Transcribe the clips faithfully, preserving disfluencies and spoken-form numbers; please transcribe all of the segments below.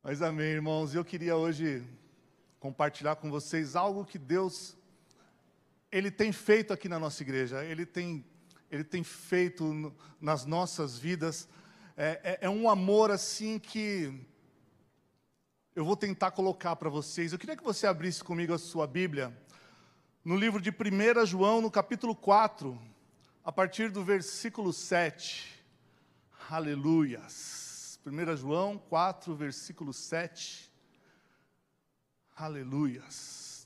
Mas amém, irmãos. Eu queria hoje compartilhar com vocês algo que Deus, Ele tem feito aqui na nossa igreja. Ele tem, Ele tem feito no, nas nossas vidas. É, é, é um amor assim que eu vou tentar colocar para vocês. Eu queria que você abrisse comigo a sua Bíblia, no livro de primeira João, no capítulo quatro, a partir do versículo sete. Aleluias. primeira João quatro, versículo sete. Aleluias.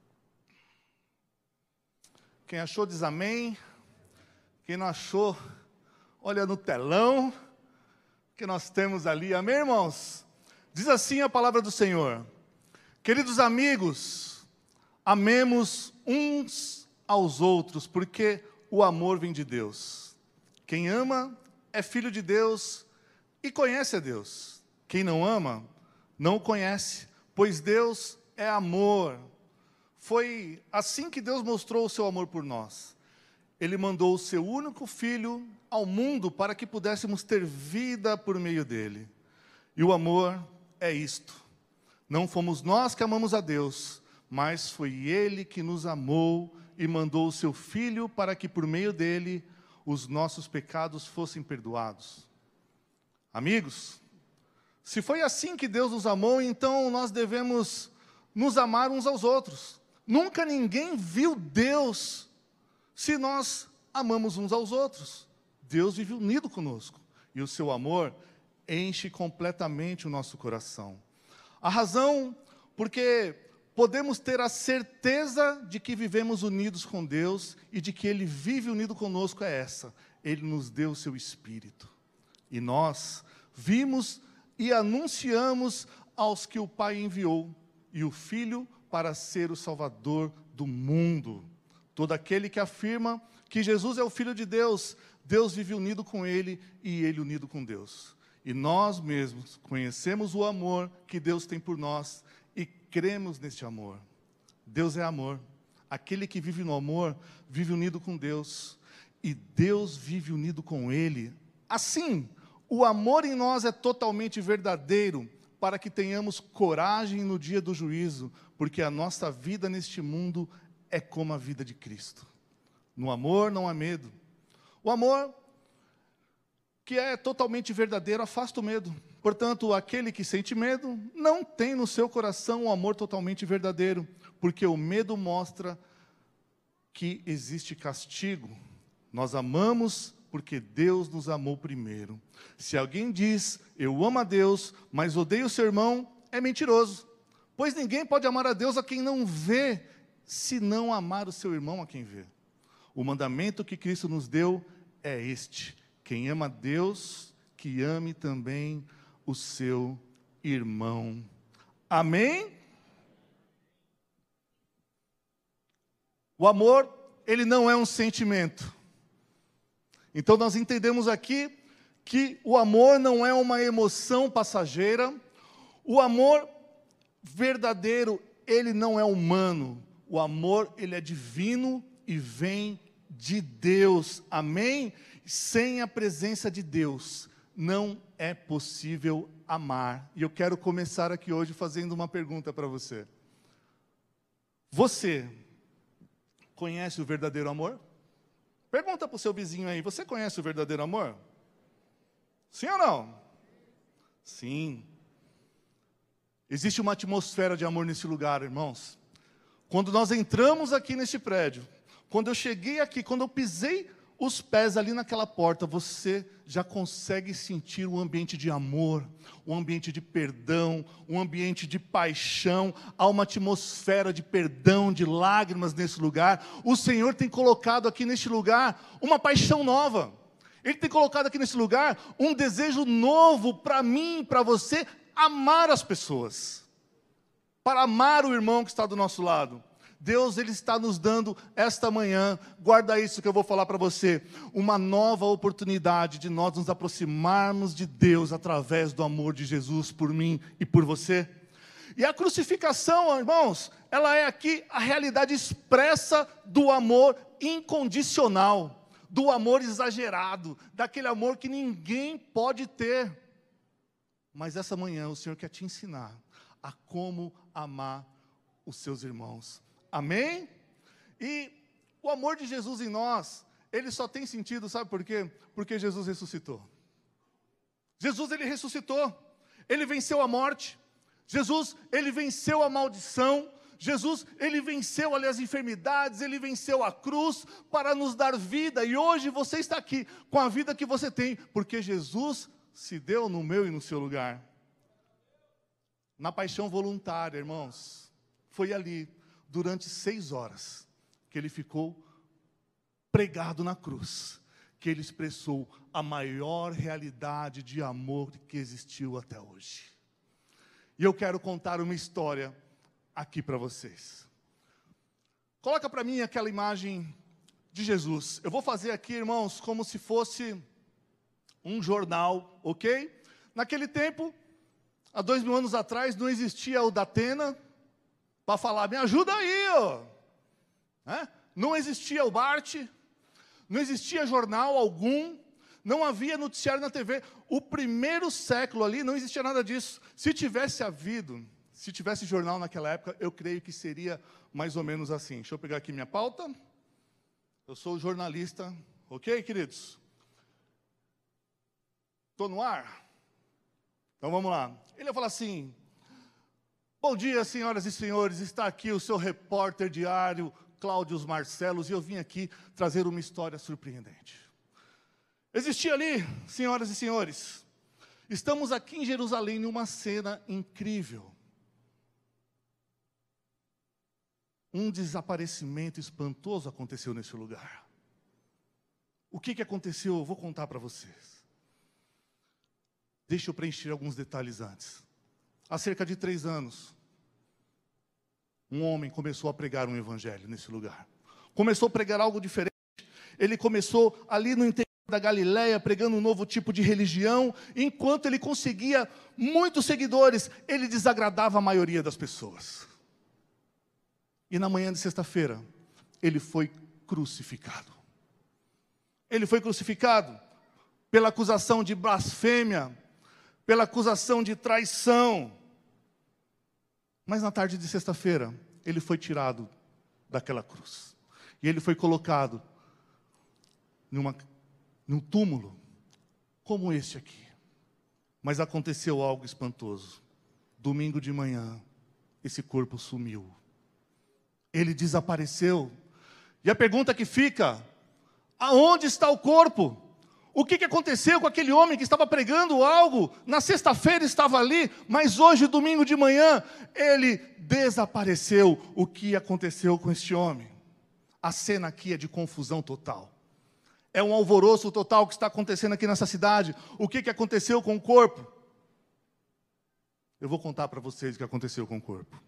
Quem achou diz amém. Quem não achou, olha no telão que nós temos ali. Amém, irmãos? Diz assim a palavra do Senhor: queridos amigos, amemos uns aos outros, porque o amor vem de Deus. Quem ama é filho de Deus e conhece a Deus. Quem não ama, não o conhece, pois Deus é amor. Foi assim que Deus mostrou o seu amor por nós. Ele mandou o seu único filho ao mundo para que pudéssemos ter vida por meio dele. E o amor é isto: não fomos nós que amamos a Deus, mas foi Ele que nos amou e mandou o seu Filho para que por meio dele os nossos pecados fossem perdoados. Amigos, se foi assim que Deus nos amou, então nós devemos nos amar uns aos outros. Nunca ninguém viu Deus se nós amamos uns aos outros. Deus vive unido conosco e o seu amor enche completamente o nosso coração. A razão porque podemos ter a certeza de que vivemos unidos com Deus e de que Ele vive unido conosco é essa: Ele nos deu o seu Espírito. E nós vimos e anunciamos aos que o Pai enviou, e o Filho para ser o Salvador do mundo. Todo aquele que afirma que Jesus é o Filho de Deus, Deus vive unido com Ele e Ele unido com Deus. E nós mesmos conhecemos o amor que Deus tem por nós e cremos neste amor. Deus é amor. Aquele que vive no amor, vive unido com Deus. E Deus vive unido com Ele. Assim, o amor em nós é totalmente verdadeiro, para que tenhamos coragem no dia do juízo, porque a nossa vida neste mundo é como a vida de Cristo. No amor não há medo. O amor que é totalmente verdadeiro afasta o medo. Portanto, aquele que sente medo não tem no seu coração um amor totalmente verdadeiro, porque o medo mostra que existe castigo. Nós amamos porque Deus nos amou primeiro. Se alguém diz, eu amo a Deus, mas odeio o seu irmão, é mentiroso. Pois ninguém pode amar a Deus a quem não vê, se não amar o seu irmão a quem vê. O mandamento que Cristo nos deu é este: quem ama a Deus, que ame também o seu irmão. Amém? O amor, ele não é um sentimento. Então nós entendemos aqui que o amor não é uma emoção passageira. O amor verdadeiro, ele não é humano. O amor, ele é divino e vem de Deus. Amém? Sem a presença de Deus, não é possível amar. E eu quero começar aqui hoje fazendo uma pergunta para você. Você conhece o verdadeiro amor? Pergunta para o seu vizinho aí, você conhece o verdadeiro amor? Sim ou não? Sim. Existe uma atmosfera de amor nesse lugar, irmãos. Quando nós entramos aqui nesse prédio, quando eu cheguei aqui, quando eu pisei os pés ali naquela porta, você já consegue sentir um ambiente de amor, um ambiente de perdão, um ambiente de paixão. Há uma atmosfera de perdão, de lágrimas nesse lugar. O Senhor tem colocado aqui neste lugar uma paixão nova. Ele tem colocado aqui nesse lugar um desejo novo para mim, para você, amar as pessoas. Para amar o irmão que está do nosso lado. Deus, Ele está nos dando esta manhã, guarda isso que eu vou falar para você, uma nova oportunidade de nós nos aproximarmos de Deus através do amor de Jesus por mim e por você. E a crucificação, irmãos, ela é aqui a realidade expressa do amor incondicional, do amor exagerado, daquele amor que ninguém pode ter. Mas essa manhã o Senhor quer te ensinar a como amar os seus irmãos. Amém? E o amor de Jesus em nós, ele só tem sentido, sabe por quê? Porque Jesus ressuscitou. Jesus, ele ressuscitou. Ele venceu a morte. Jesus, ele venceu a maldição. Jesus, ele venceu ali as enfermidades, ele venceu a cruz para nos dar vida. E hoje você está aqui com a vida que você tem, porque Jesus se deu no meu e no seu lugar. Na paixão voluntária, irmãos, foi ali, durante seis horas, que ele ficou pregado na cruz, que ele expressou a maior realidade de amor que existiu até hoje. E eu quero contar uma história aqui para vocês. Coloca para mim aquela imagem de Jesus. Eu vou fazer aqui, irmãos, como se fosse um jornal, ok? Naquele tempo, há dois mil anos atrás, não existia o Datena para falar, me ajuda aí, ó. É? Não existia o Bart, não existia jornal algum, não havia noticiário na T V. O primeiro século ali não existia nada disso. Se tivesse havido, se tivesse jornal naquela época, eu creio que seria mais ou menos assim. Deixa eu pegar aqui minha pauta. Eu sou jornalista, ok, queridos? Estou no ar? Então vamos lá. Ele vai falar assim, bom dia, senhoras e senhores, está aqui o seu repórter diário, Cláudio Marcelos, e eu vim aqui trazer uma história surpreendente. Existia ali, senhoras e senhores, estamos aqui em Jerusalém numa cena incrível. Um desaparecimento espantoso aconteceu nesse lugar. O que, que aconteceu? Eu vou contar para vocês. Deixa eu preencher alguns detalhes antes. Há cerca de três anos, um homem começou a pregar um evangelho nesse lugar. Começou a pregar algo diferente. Ele começou ali no interior da Galileia, pregando um novo tipo de religião. Enquanto ele conseguia muitos seguidores, ele desagradava a maioria das pessoas. E na manhã de sexta-feira, ele foi crucificado. Ele foi crucificado pela acusação de blasfêmia, pela acusação de traição. Mas na tarde de sexta-feira, ele foi tirado daquela cruz. E ele foi colocado numa, num túmulo, como este aqui. Mas aconteceu algo espantoso. Domingo de manhã, esse corpo sumiu. Ele desapareceu. E a pergunta que fica, aonde está o corpo? O que, que aconteceu com aquele homem que estava pregando algo? Na sexta-feira estava ali, mas hoje, domingo de manhã, ele desapareceu. O que aconteceu com este homem? A cena aqui é de confusão total. É um alvoroço total que está acontecendo aqui nessa cidade. O que, que aconteceu com o corpo? Eu vou contar para vocês o que aconteceu com o corpo.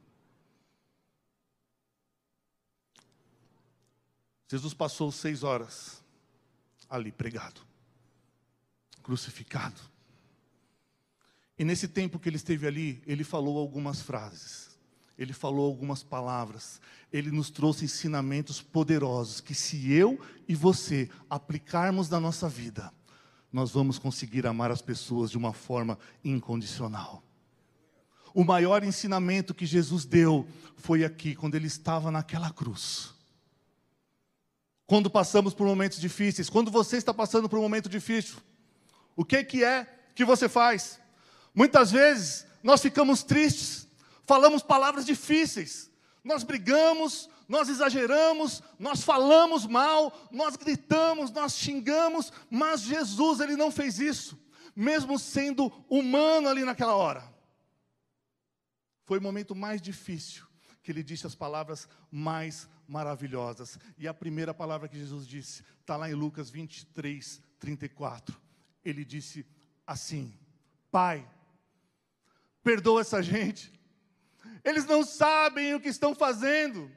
Jesus passou seis horas ali pregado, crucificado. E nesse tempo que ele esteve ali, ele falou algumas frases, ele falou algumas palavras, ele nos trouxe ensinamentos poderosos, que se eu e você aplicarmos na nossa vida, nós vamos conseguir amar as pessoas de uma forma incondicional. O maior ensinamento que Jesus deu foi aqui, quando ele estava naquela cruz. Quando passamos por momentos difíceis, quando você está passando por um momento difícil, o que, que é que você faz? Muitas vezes, nós ficamos tristes, falamos palavras difíceis, nós brigamos, nós exageramos, nós falamos mal, nós gritamos, nós xingamos, mas Jesus, ele não fez isso, mesmo sendo humano ali naquela hora. Foi o momento mais difícil, que ele disse as palavras mais maravilhosas. E a primeira palavra que Jesus disse, está lá em Lucas vinte e três, trinta e quatro. Ele disse assim, Pai, perdoa essa gente. Eles não sabem o que estão fazendo.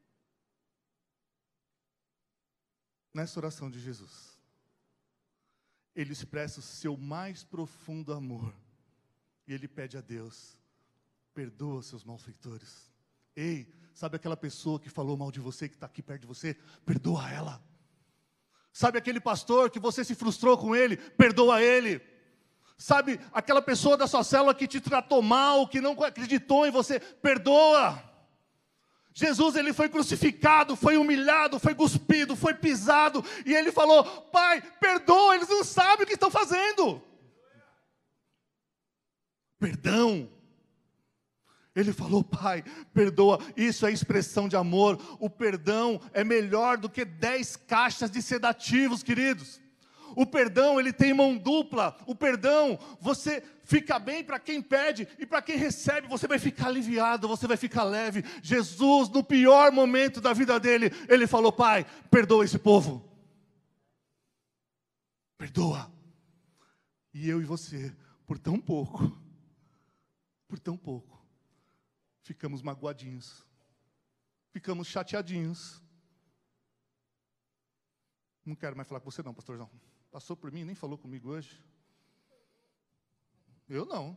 Nessa oração de Jesus, ele expressa o seu mais profundo amor. E ele pede a Deus, perdoa seus malfeitores. Ei, sabe aquela pessoa que falou mal de você, que está aqui perto de você? Perdoa ela. Sabe aquele pastor que você se frustrou com ele? Perdoa ele. Sabe, aquela pessoa da sua célula que te tratou mal, que não acreditou em você, perdoa. Jesus, ele foi crucificado, foi humilhado, foi cuspido, foi pisado, e ele falou: Pai, perdoa, eles não sabem o que estão fazendo. Perdão. Ele falou: Pai, perdoa. Isso é expressão de amor. O perdão é melhor do que dez caixas de sedativos, queridos. O perdão, ele tem mão dupla. O perdão, você fica bem para quem pede, e para quem recebe, você vai ficar aliviado, você vai ficar leve. Jesus, no pior momento da vida dele, ele falou: Pai, perdoa esse povo. Perdoa. E eu e você, por tão pouco, por tão pouco, ficamos magoadinhos, ficamos chateadinhos. Não quero mais falar com você não, pastorzão. Passou por mim, nem falou comigo hoje. Eu não.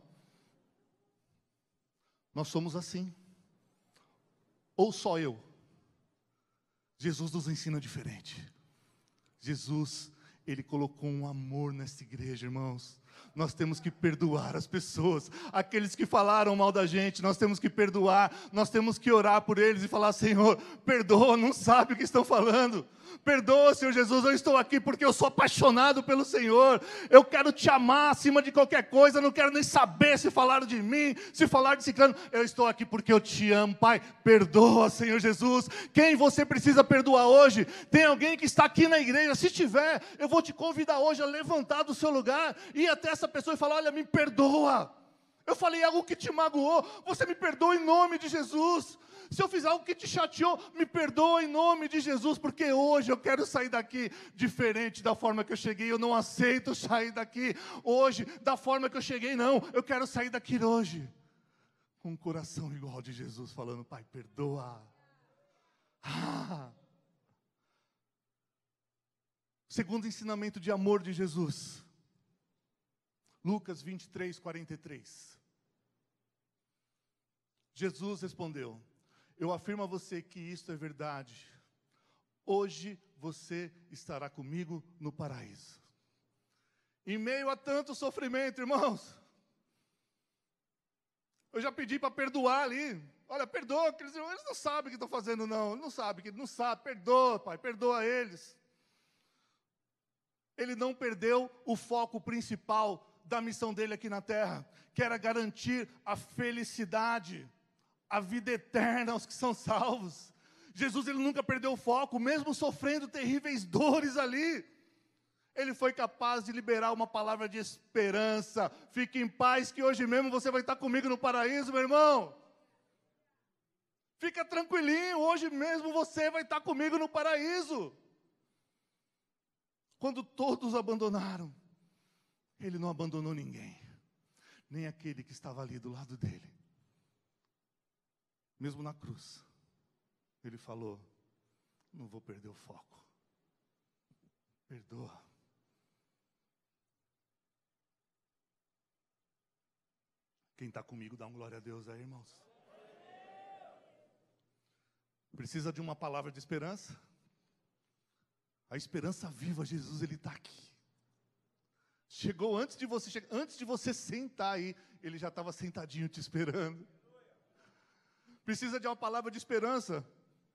Nós somos assim. Ou só eu? Jesus nos ensina diferente. Jesus, ele colocou um amor nessa igreja, irmãos. Nós temos que perdoar as pessoas, aqueles que falaram mal da gente, nós temos que perdoar, nós temos que orar por eles e falar: Senhor, perdoa, não sabe o que estão falando. Perdoa, Senhor Jesus, eu estou aqui porque eu sou apaixonado pelo Senhor. Eu quero te amar acima de qualquer coisa, eu não quero nem saber se falaram de mim, se falaram de ciclano. Eu estou aqui porque eu te amo, Pai. Perdoa, Senhor Jesus. Quem você precisa perdoar hoje? Tem alguém que está aqui na igreja? Se tiver, eu vou te convidar hoje a levantar do seu lugar, ir até essa pessoa e falar: olha, me perdoa. Eu falei algo que te magoou, você me perdoa em nome de Jesus. Se eu fiz algo que te chateou, me perdoa em nome de Jesus, porque hoje eu quero sair daqui diferente da forma que eu cheguei. Eu não aceito sair daqui hoje da forma que eu cheguei, não. Eu quero sair daqui hoje com um coração igual de Jesus, falando: Pai, perdoa. Ah. Segundo ensinamento de amor de Jesus, Lucas vinte e três, quarenta e três. Jesus respondeu: eu afirmo a você que isto é verdade. Hoje você estará comigo no paraíso. Em meio a tanto sofrimento, irmãos, eu já pedi para perdoar ali. Olha, perdoa, eles, eles não sabem o que estão fazendo, não. Não sabem, não sabem. Perdoa, Pai, perdoa eles. Ele não perdeu o foco principal da missão dele aqui na terra, que era garantir a felicidade, a vida eterna aos que são salvos. Jesus, ele nunca perdeu o foco, mesmo sofrendo terríveis dores ali. Ele foi capaz de liberar uma palavra de esperança. Fique em paz, que hoje mesmo você vai estar comigo no paraíso, meu irmão. Fica tranquilinho, hoje mesmo você vai estar comigo no paraíso. Quando todos abandonaram, ele não abandonou ninguém, nem aquele que estava ali do lado dele. Mesmo na cruz, ele falou: não vou perder o foco. Perdoa. Quem está comigo, dá um glória a Deus aí, irmãos. Precisa de uma palavra de esperança? A esperança viva, Jesus, ele está aqui. Chegou antes de você chegar, antes de você sentar aí, ele já estava sentadinho te esperando. Precisa de uma palavra de esperança?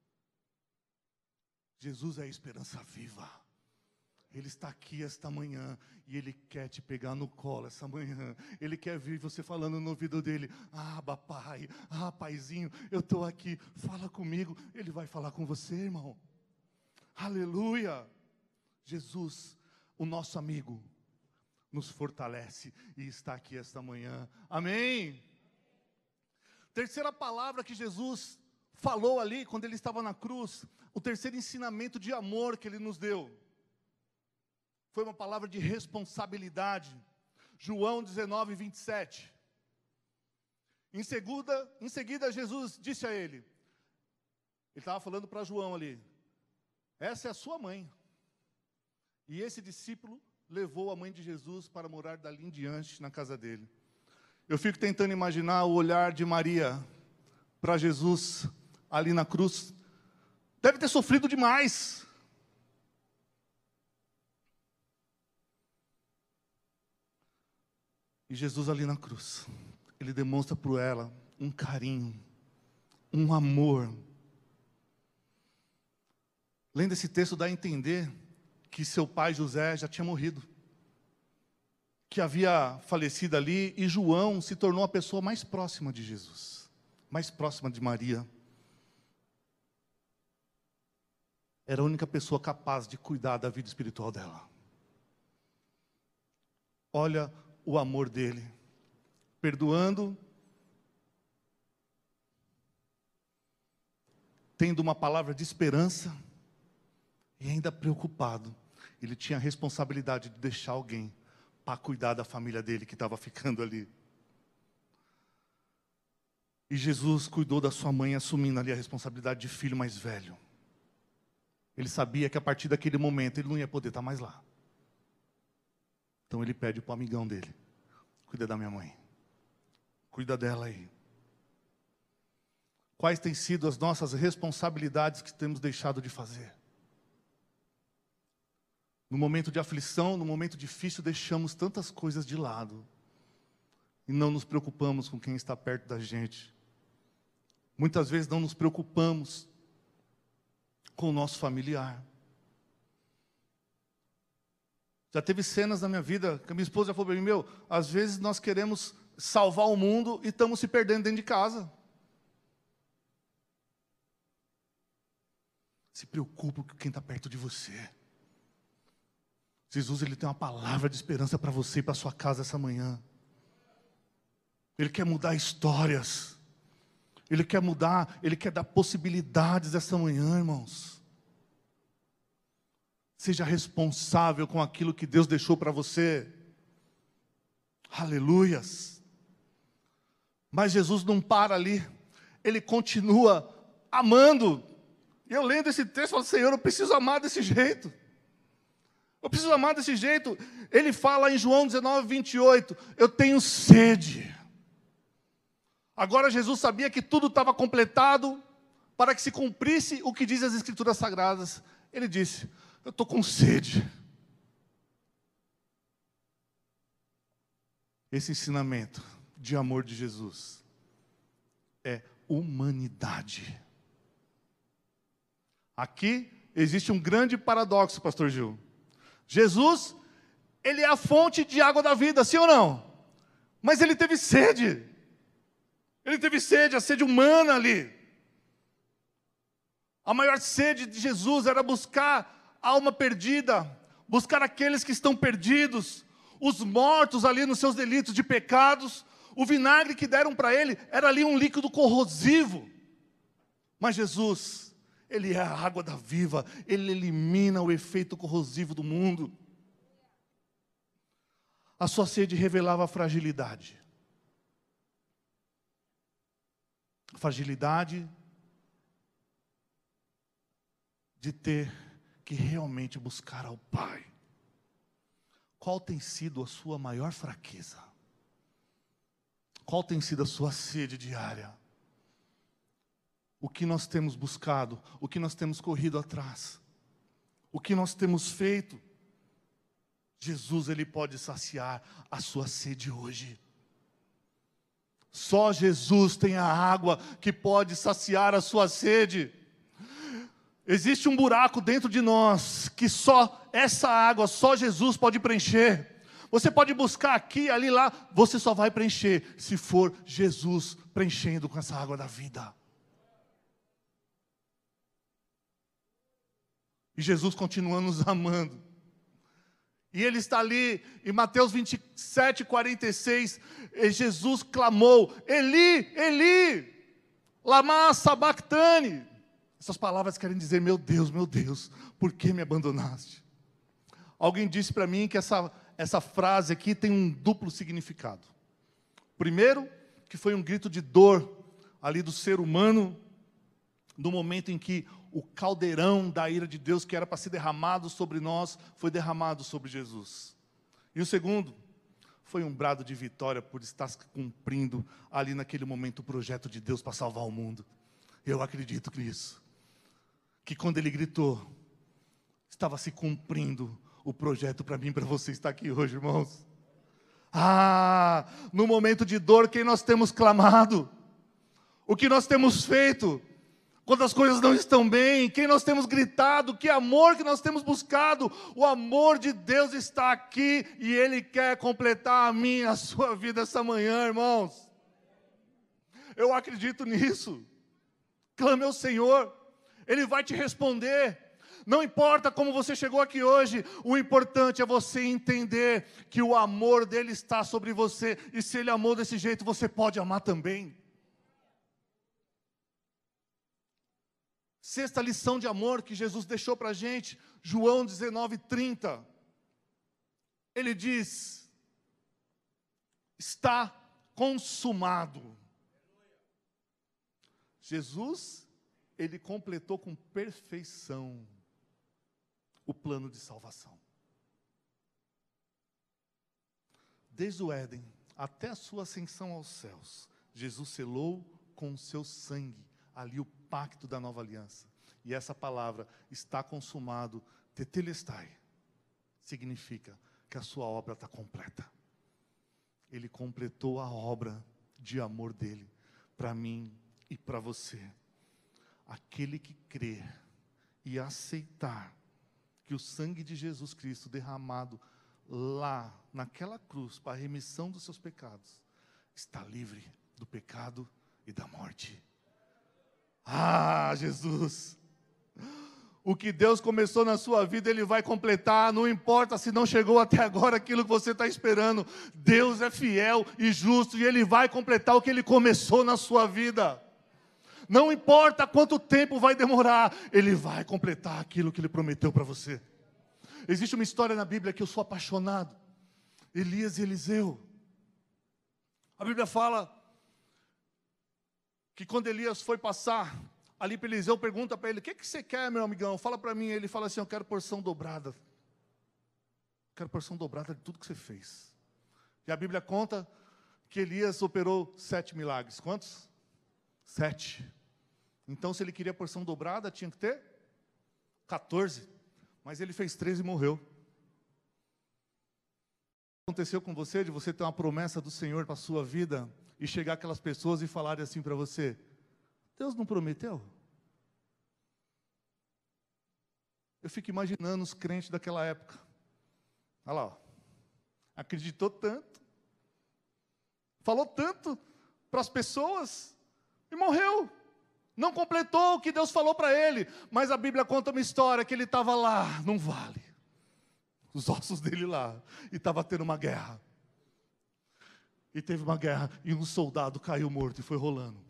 Jesus é a esperança viva. Ele está aqui esta manhã e Ele quer te pegar no colo essa manhã. Ele quer ver você falando no ouvido dele: ah, papai, ah, paizinho, eu estou aqui, fala comigo. Ele vai falar com você, irmão. Aleluia. Jesus, o nosso amigo, nos fortalece e está aqui esta manhã. Amém. Terceira palavra que Jesus falou ali, quando Ele estava na cruz, o terceiro ensinamento de amor que Ele nos deu, foi uma palavra de responsabilidade. João dezenove, vinte e sete. Em seguida, em seguida Jesus disse a ele, ele estava falando para João ali: essa é a sua mãe. E esse discípulo levou a mãe de Jesus para morar dali em diante na casa dele. Eu fico tentando imaginar o olhar de Maria para Jesus ali na cruz. Deve ter sofrido demais. E Jesus ali na cruz, ele demonstra para ela um carinho, um amor. Lendo esse texto dá a entender que seu pai José já tinha morrido, que havia falecido ali, e João se tornou a pessoa mais próxima de Jesus, mais próxima de Maria. Era a única pessoa capaz de cuidar da vida espiritual dela. Olha o amor dele, perdoando, tendo uma palavra de esperança, e ainda preocupado. Ele tinha a responsabilidade de deixar alguém para cuidar da família dele que estava ficando ali. E Jesus cuidou da sua mãe, assumindo ali a responsabilidade de filho mais velho. Ele sabia que a partir daquele momento ele não ia poder estar mais lá. Então ele pede para o amigão dele: cuida da minha mãe, cuida dela aí. Quais têm sido as nossas responsabilidades que temos deixado de fazer? No momento de aflição, no momento difícil, deixamos tantas coisas de lado e não nos preocupamos com quem está perto da gente. Muitas vezes não nos preocupamos com o nosso familiar. Já teve cenas na minha vida que a minha esposa já falou para mim: meu, às vezes nós queremos salvar o mundo e estamos se perdendo dentro de casa. Se preocupe com quem está perto de você. Jesus, ele tem uma palavra de esperança para você e para sua casa essa manhã. Ele quer mudar histórias. Ele quer mudar, ele quer dar possibilidades essa manhã, irmãos. Seja responsável com aquilo que Deus deixou para você. Aleluias. Mas Jesus não para ali. Ele continua amando. Eu lendo esse texto, eu falo: Senhor, eu preciso amar desse jeito. Eu preciso amar desse jeito. Ele fala em João dezenove, vinte e oito, eu tenho sede. Agora Jesus sabia que tudo estava completado para que se cumprisse o que diz as Escrituras Sagradas. Ele disse: eu estou com sede. Esse ensinamento de amor de Jesus é humanidade. Aqui existe um grande paradoxo, pastor Gil. Jesus, ele é a fonte de água da vida, sim ou não? Mas ele teve sede. Ele teve sede, a sede humana ali. A maior sede de Jesus era buscar a alma perdida, buscar aqueles que estão perdidos, os mortos ali nos seus delitos de pecados. O vinagre que deram para ele era ali um líquido corrosivo. Mas Jesus, ele é a água da viva, ele elimina o efeito corrosivo do mundo. A sua sede revelava a fragilidade. A fragilidade de ter que realmente buscar ao Pai. Qual tem sido a sua maior fraqueza? Qual tem sido a sua sede diária? O que nós temos buscado? O que nós temos corrido atrás? O que nós temos feito? Jesus, ele pode saciar a sua sede hoje. Só Jesus tem a água que pode saciar a sua sede. Existe um buraco dentro de nós que só essa água, só Jesus pode preencher. Você pode buscar aqui, ali, lá, você só vai preencher se for Jesus preenchendo com essa água da vida. E Jesus continua nos amando. E ele está ali, em Mateus vinte e sete, quarenta e seis, e Jesus clamou: Eli, Eli, lama sabachthani. Essas palavras querem dizer: meu Deus, meu Deus, por que me abandonaste? Alguém disse para mim que essa, essa frase aqui tem um duplo significado. Primeiro, que foi um grito de dor ali do ser humano, no momento em que o caldeirão da ira de Deus, que era para ser derramado sobre nós, foi derramado sobre Jesus. E o segundo, foi um brado de vitória por estar cumprindo ali naquele momento o projeto de Deus para salvar o mundo. Eu acredito nisso. Que quando ele gritou, estava se cumprindo o projeto para mim e para você estar aqui hoje, irmãos. Ah, no momento de dor, quem nós temos clamado? O que nós temos feito? Quando as coisas não estão bem, quem nós temos gritado? Que amor que nós temos buscado? O amor de Deus está aqui e Ele quer completar a minha, a sua vida essa manhã, irmãos. Eu acredito nisso. Clame ao Senhor, Ele vai te responder. Não importa como você chegou aqui hoje, o importante é você entender que o amor dEle está sobre você. E se Ele amou desse jeito, você pode amar também. Sexta lição de amor que Jesus deixou para a gente, João dezenove, trinta. Ele diz: está consumado. Jesus, Ele completou com perfeição o plano de salvação. Desde o Éden até a sua ascensão aos céus, Jesus selou com o seu sangue ali o pacto da nova aliança. E essa palavra, está consumado, tetelestai, significa que a sua obra está completa. Ele completou a obra de amor dele, para mim e para você. Aquele que crer e aceitar que o sangue de Jesus Cristo derramado lá, naquela cruz, para a remissão dos seus pecados, está livre do pecado e da morte. Ah, Jesus, o que Deus começou na sua vida, Ele vai completar. Não importa se não chegou até agora aquilo que você está esperando. Deus é fiel e justo e Ele vai completar o que Ele começou na sua vida. Não importa quanto tempo vai demorar, Ele vai completar aquilo que Ele prometeu para você. Existe uma história na Bíblia que eu sou apaixonado. Elias e Eliseu. A Bíblia fala que quando Elias foi passar ali para Eliseu, pergunta para ele: o que, que você quer, meu amigão? Fala para mim. Ele fala assim: eu quero porção dobrada. Quero porção dobrada de tudo que você fez. E a Bíblia conta que Elias operou sete milagres. Quantos? Sete. Então, se ele queria porção dobrada, tinha que ter quatorze. Mas ele fez treze e morreu. Aconteceu com você, de você ter uma promessa do Senhor para a sua vida, e chegar aquelas pessoas e falarem assim para você: Deus não prometeu? Eu fico imaginando os crentes daquela época. Olha lá, ó. Acreditou tanto, falou tanto para as pessoas, e morreu. Não completou o que Deus falou para ele. Mas a Bíblia conta uma história que ele estava lá num vale, os ossos dele lá, e estava tendo uma guerra. E teve uma guerra, e um soldado caiu morto e foi rolando.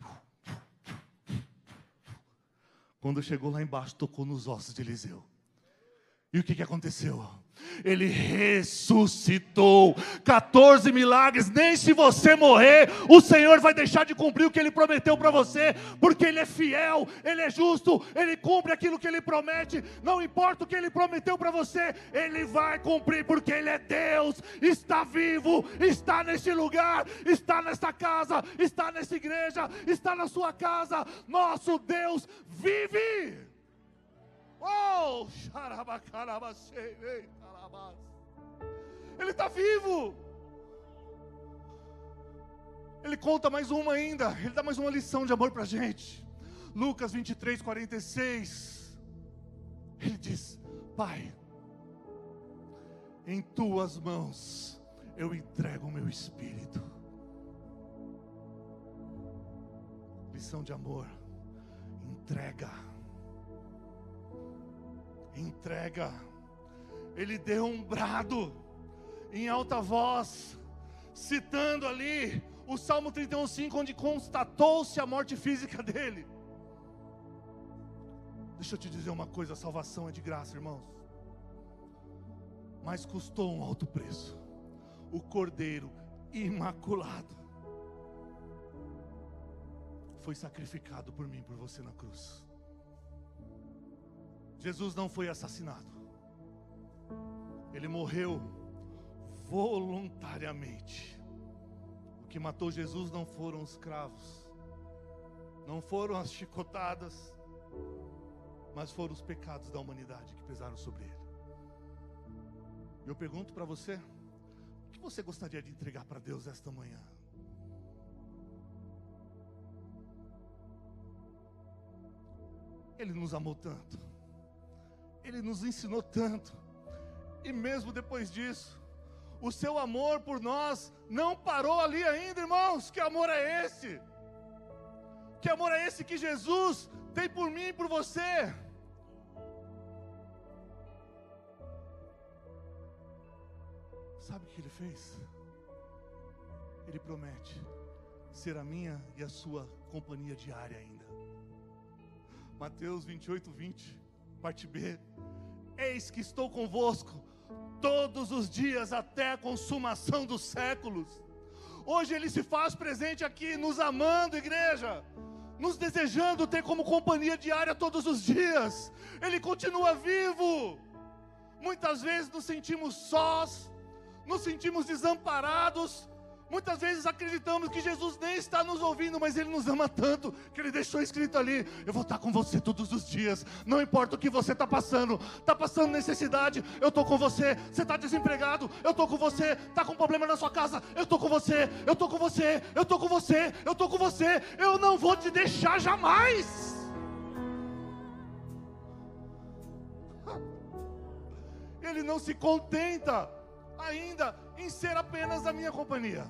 Quando chegou lá embaixo, tocou nos ossos de Eliseu. E o que, que aconteceu? Ele ressuscitou. quatorze milagres. Nem se você morrer, o Senhor vai deixar de cumprir o que Ele prometeu para você, porque Ele é fiel, Ele é justo, Ele cumpre aquilo que Ele promete. Não importa o que Ele prometeu para você, Ele vai cumprir, porque Ele é Deus. Está vivo, está neste lugar, está nesta casa, está nessa igreja, está na sua casa. Nosso Deus vive. Oh, Ele está vivo. Ele conta mais uma ainda. Ele dá mais uma lição de amor para a gente. Lucas vinte e três, quarenta e seis. Ele diz: Pai, em tuas mãos eu entrego o meu espírito. Lição de amor. Entrega. Entrega. Ele deu um brado em alta voz, citando ali o Salmo trinta e um, cinco, onde constatou-se a morte física dele. Deixa eu te dizer uma coisa: a salvação é de graça, irmãos, mas custou um alto preço. O Cordeiro imaculado foi sacrificado por mim e por você na cruz. Jesus não foi assassinado. Ele morreu voluntariamente. O que matou Jesus não foram os cravos, não foram as chicotadas, mas foram os pecados da humanidade que pesaram sobre ele. Eu pergunto para você: você gostaria de entregar para Deus esta manhã? Ele nos amou tanto, Ele nos ensinou tanto, e mesmo depois disso, o seu amor por nós não parou ali ainda, irmãos. Que amor é esse? Que amor é esse que Jesus tem por mim e por você? Sabe o que Ele fez? Ele promete ser a minha e a sua companhia diária ainda. Mateus vinte e oito, vinte, parte B. Eis que estou convosco todos os dias até a consumação dos séculos. Hoje Ele se faz presente aqui, nos amando, igreja, nos desejando ter como companhia diária todos os dias. Ele continua vivo. Muitas vezes nos sentimos sós, nos sentimos desamparados. Muitas vezes acreditamos que Jesus nem está nos ouvindo, mas Ele nos ama tanto, que Ele deixou escrito ali: eu vou estar com você todos os dias, não importa o que você está passando. Está passando necessidade, eu estou com você. Você está desempregado, eu estou com você. Está com problema na sua casa, eu estou com você. Eu estou com você, eu estou com você, eu estou com você. Eu não vou te deixar jamais. Ele não se contenta ainda em ser apenas a minha companhia.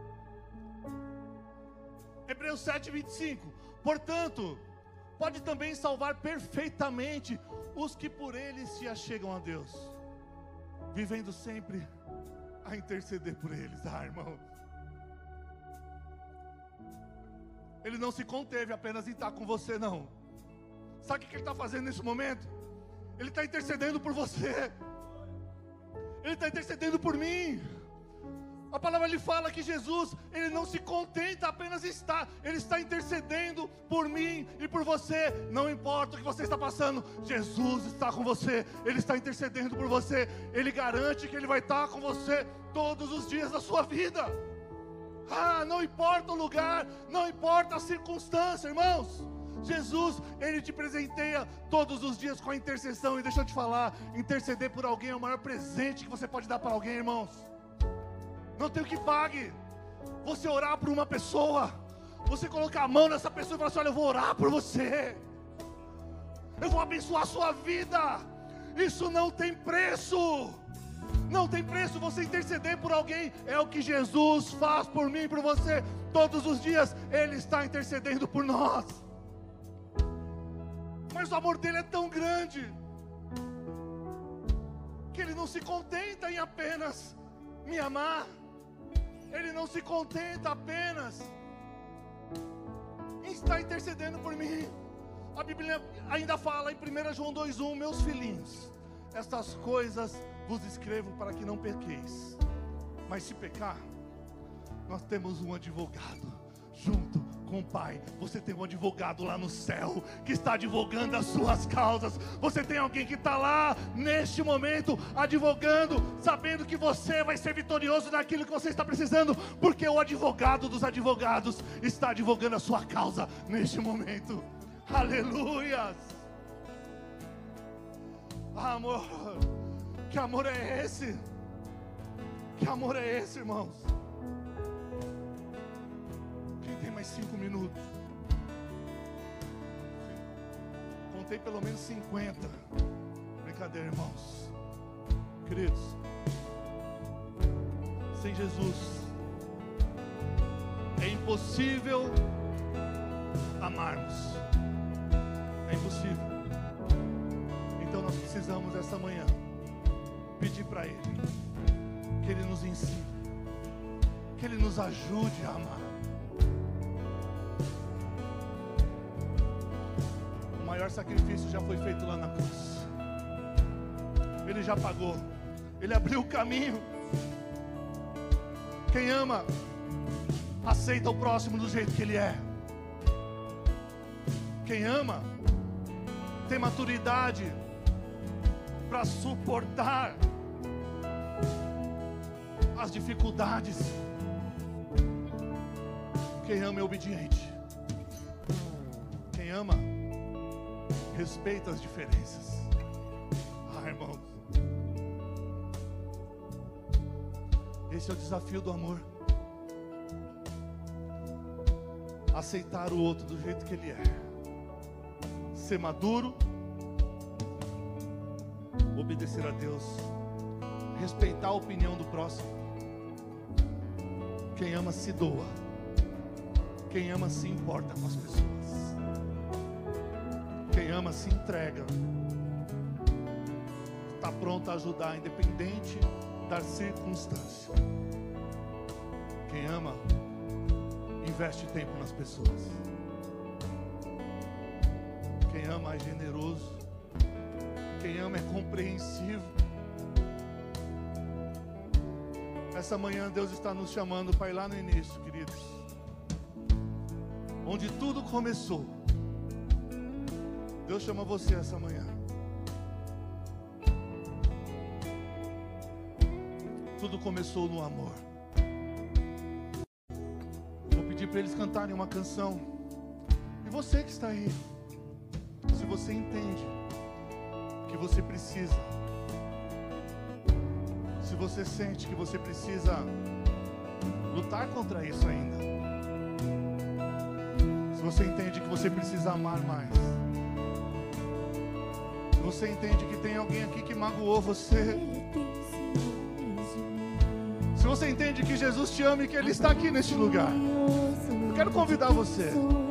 Hebreus sete, vinte e cinco. Portanto, pode também salvar perfeitamente os que por Ele se achegam a Deus, vivendo sempre a interceder por eles. Ah, irmão, Ele não se conteve apenas em estar com você, não. Sabe o que Ele está fazendo nesse momento? Ele está intercedendo por você. Ele está intercedendo por mim. A palavra lhe fala que Jesus, Ele não se contenta apenas em estar, Ele está intercedendo por mim e por você. Não importa o que você está passando, Jesus está com você. Ele está intercedendo por você. Ele garante que Ele vai estar com você todos os dias da sua vida. Ah, não importa o lugar, não importa a circunstância, irmãos. Jesus, Ele te presenteia todos os dias com a intercessão. E deixa eu te falar, interceder por alguém é o maior presente que você pode dar para alguém, irmãos. Não tem o que pague. Você orar por uma pessoa, você colocar a mão nessa pessoa e falar assim: olha, eu vou orar por você, eu vou abençoar a sua vida. Isso não tem preço. Não tem preço. Você interceder por alguém é o que Jesus faz por mim e por você. Todos os dias Ele está intercedendo por nós. Mas o amor dele é tão grande que Ele não se contenta em apenas me amar. Ele não se contenta apenas em estar intercedendo por mim. A Bíblia ainda fala em primeira João dois, um: meus filhinhos, estas coisas vos escrevo para que não pequeis. Mas se pecar, nós temos um advogado junto com o Pai. Você tem um advogado lá no céu que está advogando as suas causas. Você tem alguém que está lá neste momento advogando, sabendo que você vai ser vitorioso naquilo que você está precisando, porque o advogado dos advogados está advogando a sua causa neste momento. Aleluias. Ah, amor, que amor é esse? Que amor é esse, irmãos? Tem mais cinco minutos. Contei pelo menos cinquenta. Brincadeira, irmãos. Queridos, sem Jesus é impossível amarmos. É impossível. Então nós precisamos essa manhã pedir para Ele que Ele nos ensine, que Ele nos ajude a amar. O maior sacrifício já foi feito lá na cruz. Ele já pagou. Ele abriu o caminho. Quem ama, aceita o próximo do jeito que ele é. Quem ama, tem maturidade para suportar as dificuldades. Quem ama é obediente. Quem ama, respeita as diferenças. Ah, irmãos, Esse é o desafio do amor. Aceitar o outro do jeito que ele é. Ser maduro. Obedecer a Deus. Respeitar a opinião do próximo. Quem ama se doa. Quem ama se importa com as pessoas. Quem ama se entrega. Está pronto a ajudar, independente da circunstância. Quem ama investe tempo nas pessoas. Quem ama é generoso. Quem ama é compreensivo. Essa manhã Deus está nos chamando para ir lá no início, queridos. Onde tudo começou. Deus chama você essa manhã. Tudo começou no amor. Vou pedir para eles cantarem uma canção. E você que está aí, se você entende que você precisa, se você sente que você precisa lutar contra isso ainda, se você entende que você precisa amar mais, se você entende que tem alguém aqui que magoou você, se você entende que Jesus te ama e que Ele está aqui neste lugar, eu quero convidar você